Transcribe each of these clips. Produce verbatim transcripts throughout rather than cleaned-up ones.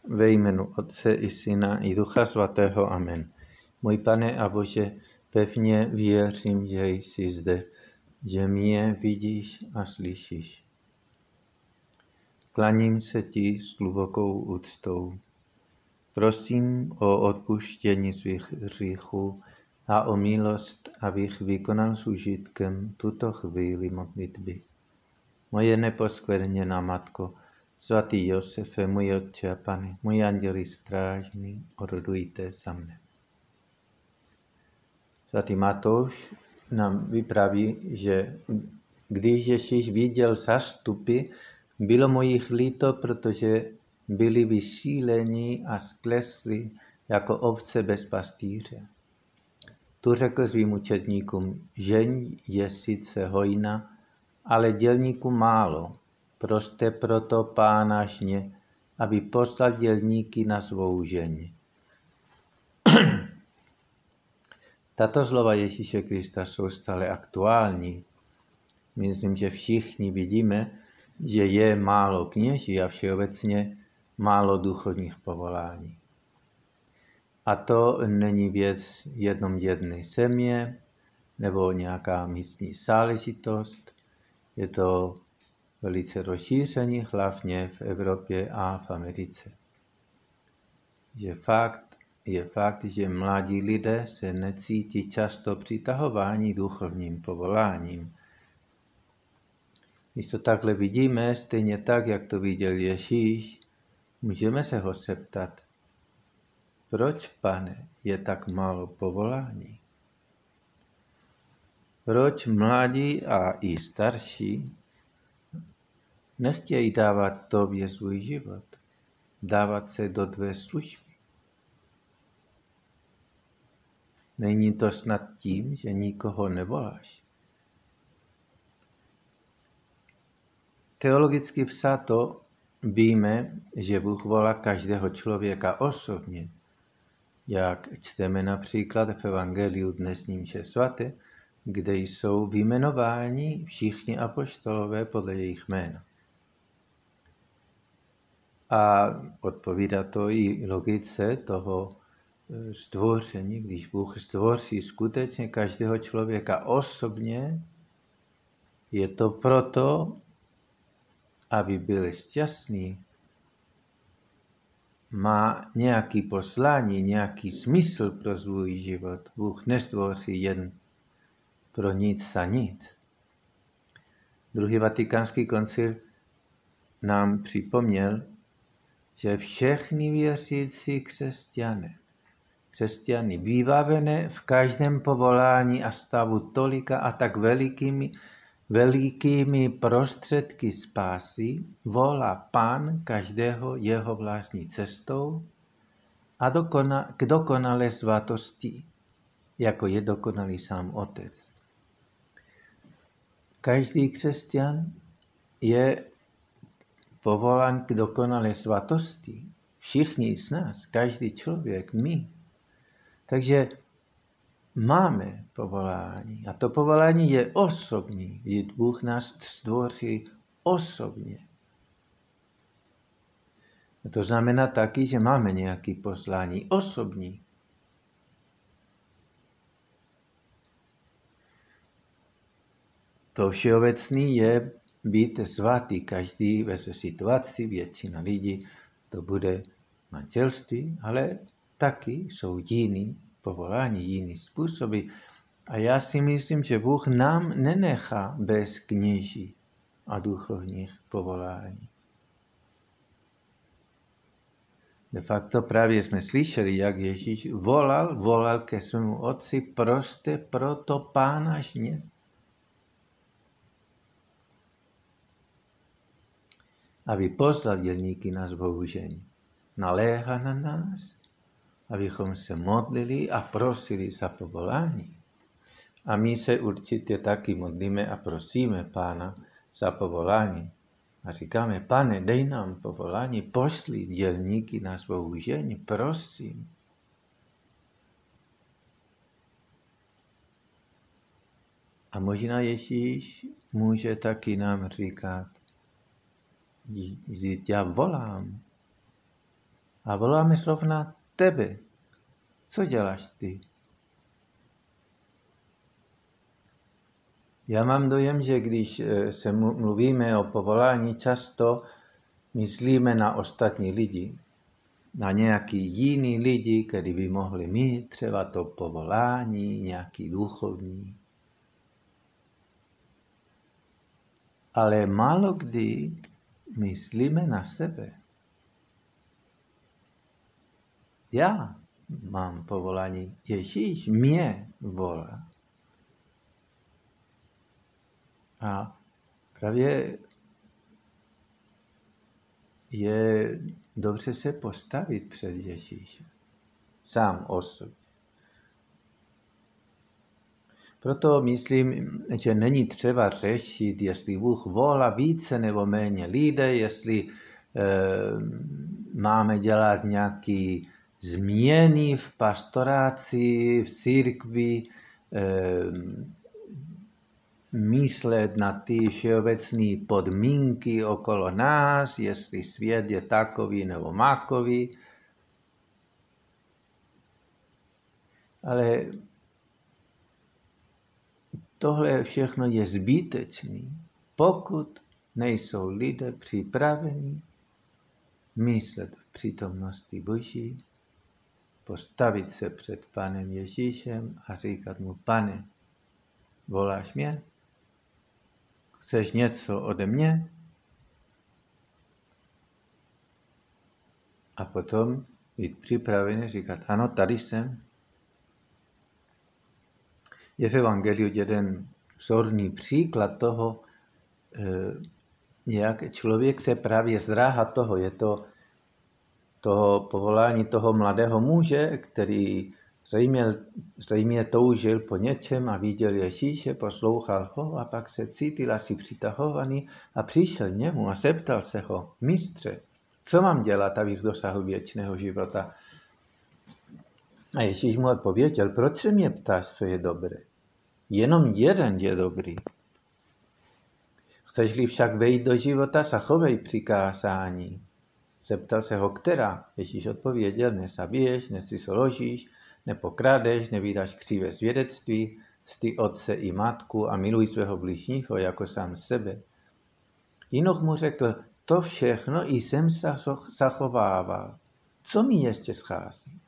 Ve jménu Otce i Syna i Ducha Svatého. Amen. Můj Pane a Bože, pevně věřím, že jsi zde, že mě vidíš a slyšíš. Klaním se ti s hlubokou úctou. Prosím o odpuštění svých hříchů a o milost, abych vykonal s užitkem tuto chvíli modlitby. Moje neposkvrněná Matko, svatý Josefe, můj Otče a Pane, můj anděli strážný, orodujte za mne. Svatý Matouš nám vypraví, že když Ježíš viděl zástupy, bylo mu jich líto, protože byli vysíleni a sklesli jako ovce bez pastýře. Tu řekl svým učedníkům, žeň je sice hojná, ale dělníků málo. Proste proto Pána žně, aby poslal dělníky na svou žeň. Tato slova Ježíše Krista jsou stále aktuální. Myslím, že všichni vidíme, že je málo kněží a všeobecně málo duchovních povolání. A to není věc jenom jedné země nebo nějaká místní záležitost. Je to velice rozšířený, hlavně v Evropě a v Americe. Je fakt, je fakt, že mladí lidé se necítí často přitahováni duchovním povoláním. Když to takhle vidíme, stejně tak, jak to viděl Ježíš, můžeme se ho zeptat, proč, Pane, je tak málo povolání? Proč mladí a i starší nechtějí dávat tobě svůj život, dávat se do tvé služby? Není to snad tím, že nikoho nevoláš? Teologicky vzato víme, že Bůh volá každého člověka osobně, jak čteme například v Evangeliu dnesním mše svaté, kde jsou vyjmenováni všichni apoštolové podle jejich jména. A odpovídá to i logice toho stvoření, když Bůh stvoří skutečně každého člověka osobně, je to proto, aby byl šťastný, má nějaký poslání, nějaký smysl pro svůj život. Bůh nestvoří jen pro nic a nic. Druhý vatikánský koncil nám připomněl, že všechny věřící křesťané, křesťany vybavené v každém povolání a stavu tolika a tak velikými, velikými prostředky spásy volá Pán každého jeho vlastní cestou a dokona, k dokonalé svatosti, jako je dokonalý sám Otec. Každý křesťan je povolán k dokonalé svatosti. Všichni z nás, každý člověk, my. Takže máme povolání. A to povolání je osobní. Bůh nás stvoří osobně. A to znamená taky, že máme nějaké poslání osobní. To všeobecný je být svatý. Každý ve své situaci, většina lidí, to bude manželství, ale taky jsou jiný povolání, jiný způsoby. A já si myslím, že Bůh nám nenechá bez kněží a duchovních povolání. De facto právě jsme slyšeli, jak Ježíš volal, volal ke svému otci, proste proto Pána žně. Aby poslal dělníky na svou žeň. Naléhá na nás, abychom se modlili a prosili za povolání. A my se určitě taky modlíme a prosíme Pána za povolání. A říkáme, Pane, dej nám povolání, pošli dělníky na svou žeň, prosím. A možná Ježíš může taky nám říkat, vždyť já volám. A voláme zrovna tebe. Co děláš ty? Já mám dojem, že když se mluvíme o povolání, často myslíme na ostatní lidi. Na nějaký jiný lidi, kteří by mohli mít třeba to povolání, nějaký duchovní. Ale málo kdy myslíme na sebe. Já mám povolání. Ježíš mě volá. A právě je dobře se postavit před Ježíše. Sám osobně. Proto myslím, že není třeba řešit, jestli Bůh volá více nebo méně lidé, jestli e, máme dělat nějaké změny v pastoraci, v církvi, e, myslet na ty všeobecné podmínky okolo nás, jestli svět je takový nebo makový. Ale tohle všechno je zbytečný, pokud nejsou lidé připraveni myslet v přítomnosti Boží, postavit se před Panem Ježíšem a říkat mu: Pane, voláš mě? Chceš něco ode mě? A potom být připravený říkat: ano, tady jsem. Je v evangeliu jeden vzorný příklad toho, jak člověk se právě zdráhá toho. Je to toho povolání toho mladého muže, který zřejmě, zřejmě toužil po něčem a viděl Ježíše, poslouchal ho a pak se cítil asi přitahovaný a přišel němu a zeptal se ho: mistře, co mám dělat, abych dosáhl věčného života? A Ježíš mu odpověděl: proč se mě ptáš, co je dobré? Jenom jeden je dobrý. Chceš-li však vejít do života, zachovej přikázání. Zeptal se ho, která? Ježíš odpověděl: nezabiješ, necizoložíš, nepokradeš, nevydáš křivé svědectví, cti otce i matku a miluj svého bližního jako sám sebe. Jinoch mu řekl: to všechno jsem zachovával. Co mi ještě schází?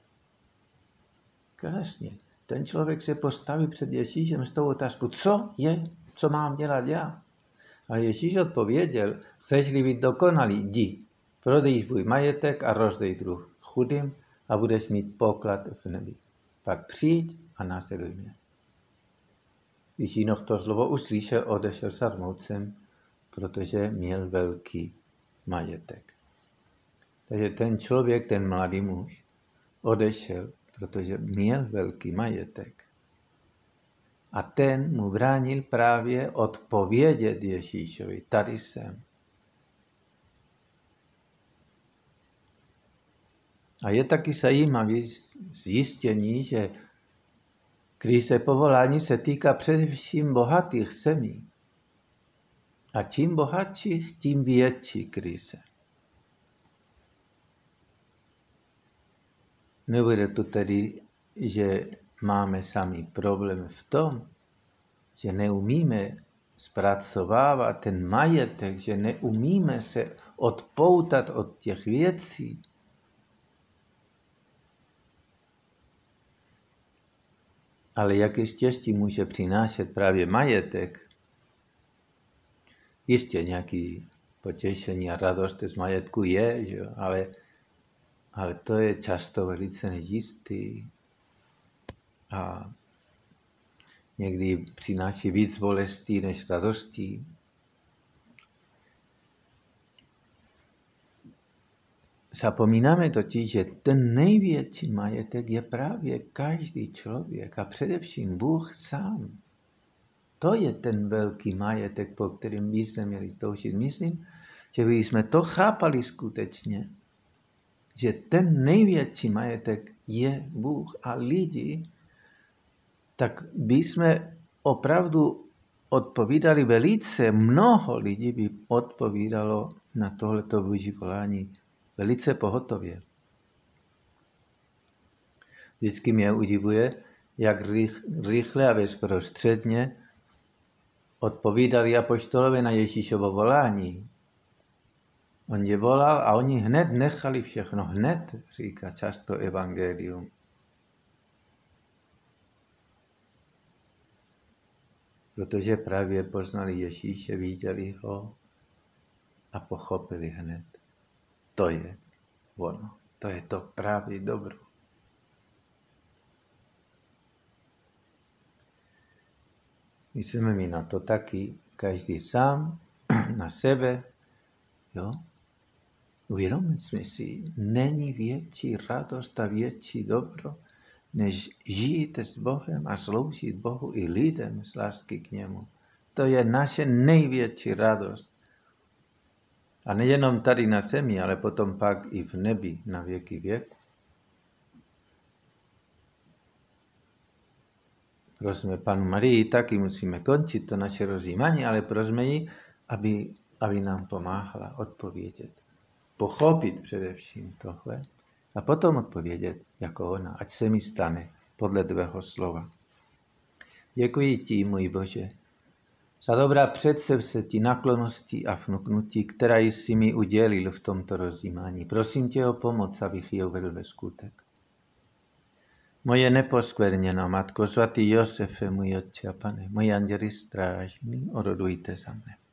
Krásně. Ten člověk se postaví před Ježíšem s tou otázkou: co je, co mám dělat já? A Ježíš odpověděl: chceš-li být dokonalý, jdi, prodej svůj majetek a rozdej druh chudým a budeš mít poklad v nebi. Pak přijď a následuj mě. Když Jinoch to slovo uslyšel, odešel sarmoucem, protože měl velký majetek. Takže ten člověk, ten mladý muž, odešel, protože měl velký majetek. A ten mu bránil právě odpovědět Ježíšovi: tady jsem. A je taky zajímavé zjištění, že krize povolání se týká především bohatých zemí. A čím bohatší, tím větší krize. Nebude to tedy, že máme sami problém v tom, že neumíme zpracovávat ten majetek, že neumíme se odpoutat od těch věcí. Ale jaké štěstí může přinášet právě majetek? Jistě nějaký potěšení a radost z majetku je, že? Ale, ale to je často velice nejistý a někdy přináší víc bolestí než radostí. Zapomínáme totiž, že ten největší majetek je právě každý člověk a především Bůh sám. To je ten velký majetek, po kterém bychom měli toužit. Myslím, že bychom to chápali skutečně, že ten největší majetek je Bůh a lidi, tak bychom opravdu odpovídali velice, mnoho lidí by odpovídalo na tohleto Boží volání velice pohotově. Vždycky mě udivuje, jak rychle a bezprostředně odpovídali apoštolovi na Ježíšovo volání. On je volal a oni hned nechali všechno. Hned, říká často evangelium. Protože právě poznali Ježíše, viděli ho a pochopili hned. To je ono. To je to právě dobro. Myslíme mi na to taky, každý sám, na sebe, jo? Uvědomíme si, není větší radost a větší dobro, než žít s Bohem a sloužit Bohu i lidem z lásky k němu. To je naše největší radost. A nejenom tady na zemi, ale potom pak i v nebi na věky věku. Prosme Panu Marii, taky musíme končit to naše rozjímání, ale prosme ji, aby, aby nám pomáhala odpovědět. Pochopit především tohle a potom odpovědět jako ona, ať se mi stane podle tvého slova. Děkuji ti, můj Bože, za dobrá předsevzetí, naklonosti a vnuknutí, která jsi mi udělil v tomto rozjímání. Prosím tě o pomoc, abych ji uvedl ve skutek. Moje neposkvrněná Matko, svatý Josefe, můj Otče a Pane, moji anděli strážní, orodujte za mne.